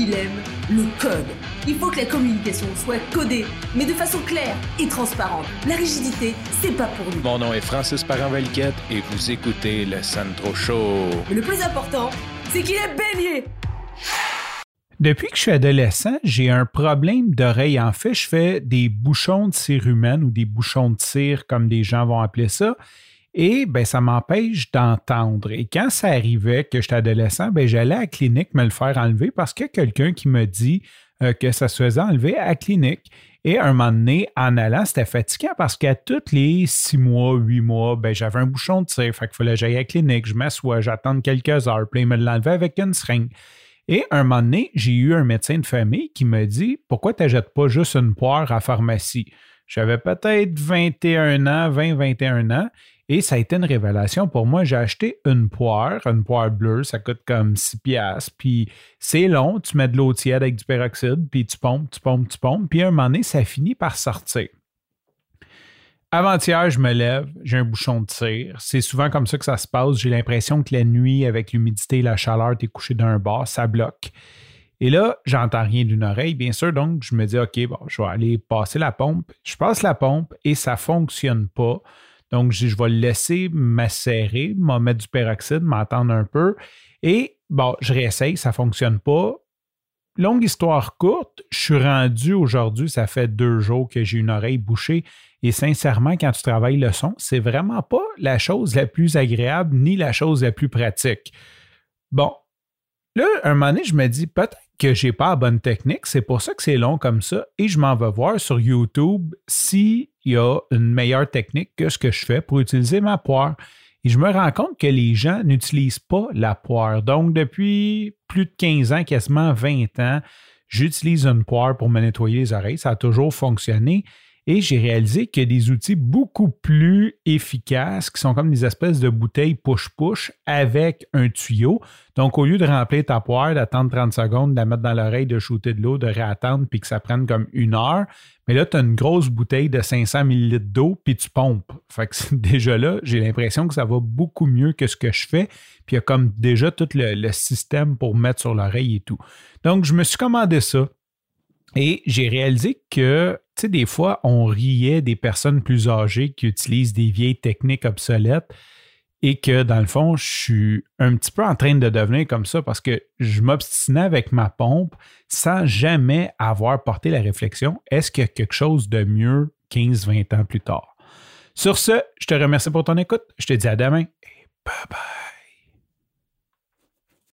il aime le code. Il faut que la communication soit codée, mais de façon claire et transparente. La rigidité, c'est pas pour nous. Mon nom est Francis Parent-Valquette et vous écoutez le Sandro Show. Mais le plus important, c'est qu'il est bélier. Depuis que je suis adolescent, j'ai un problème d'oreille. En fait, je fais des bouchons de cérumen ou des bouchons de cire, comme des gens vont appeler ça. Et ça m'empêche d'entendre. Et quand ça arrivait que j'étais adolescent, j'allais à la clinique me le faire enlever parce qu'il y a quelqu'un qui me dit que ça se faisait enlever à la clinique. Et un moment donné, en allant, c'était fatigant parce qu'à tous les 6 mois, 8 mois, j'avais un bouchon de cire. Fait qu'il fallait que j'aille à la clinique, je m'assois, j'attends quelques heures, puis il me l'enlevait avec une seringue. Et un moment donné, j'ai eu un médecin de famille qui me dit « Pourquoi tu n'achètes pas juste une poire à pharmacie? » J'avais peut-être 21 ans, 20-21 ans, et ça a été une révélation pour moi. J'ai acheté une poire bleue, ça coûte comme 6 piastres, puis c'est long, tu mets de l'eau tiède avec du peroxyde, puis tu pompes, puis à un moment donné, ça finit par sortir. Avant-hier, je me lève, j'ai un bouchon de cire. C'est souvent comme ça que ça se passe. J'ai l'impression que la nuit, avec l'humidité et la chaleur, tu es couché d'un bord, ça bloque. Et là, j'entends rien d'une oreille, bien sûr, donc je me dis, OK, je vais aller passer la pompe. Je passe la pompe et ça ne fonctionne pas. Donc, je vais le laisser macérer, mettre du peroxyde, m'entendre un peu. Et je réessaye, ça ne fonctionne pas. Longue histoire courte, je suis rendu aujourd'hui, ça fait 2 jours que j'ai une oreille bouchée. Et sincèrement, quand tu travailles le son, c'est vraiment pas la chose la plus agréable ni la chose la plus pratique. Bon, là, un moment donné, je me dis peut-être que j'ai pas la bonne technique, c'est pour ça que c'est long comme ça, et je m'en vais voir sur YouTube s'il y a une meilleure technique que ce que je fais pour utiliser ma poire. Et je me rends compte que les gens n'utilisent pas la poire. Donc, depuis plus de 15 ans, quasiment 20 ans, j'utilise une poire pour me nettoyer les oreilles. Ça a toujours fonctionné. Et j'ai réalisé qu'il y a des outils beaucoup plus efficaces qui sont comme des espèces de bouteilles push-push avec un tuyau. Donc, au lieu de remplir ta poire, d'attendre 30 secondes, de la mettre dans l'oreille, de shooter de l'eau, de réattendre puis que ça prenne comme 1 heure, mais là, tu as une grosse bouteille de 500 ml d'eau puis tu pompes. Fait que déjà là, j'ai l'impression que ça va beaucoup mieux que ce que je fais. Puis il y a comme déjà tout le système pour mettre sur l'oreille et tout. Donc, je me suis commandé ça. Et j'ai réalisé que, tu sais, des fois, on riait des personnes plus âgées qui utilisent des vieilles techniques obsolètes et que, dans le fond, je suis un petit peu en train de devenir comme ça parce que je m'obstinais avec ma pompe sans jamais avoir porté la réflexion, est-ce qu'il y a quelque chose de mieux 15-20 ans plus tard? Sur ce, je te remercie pour ton écoute. Je te dis à demain et bye bye.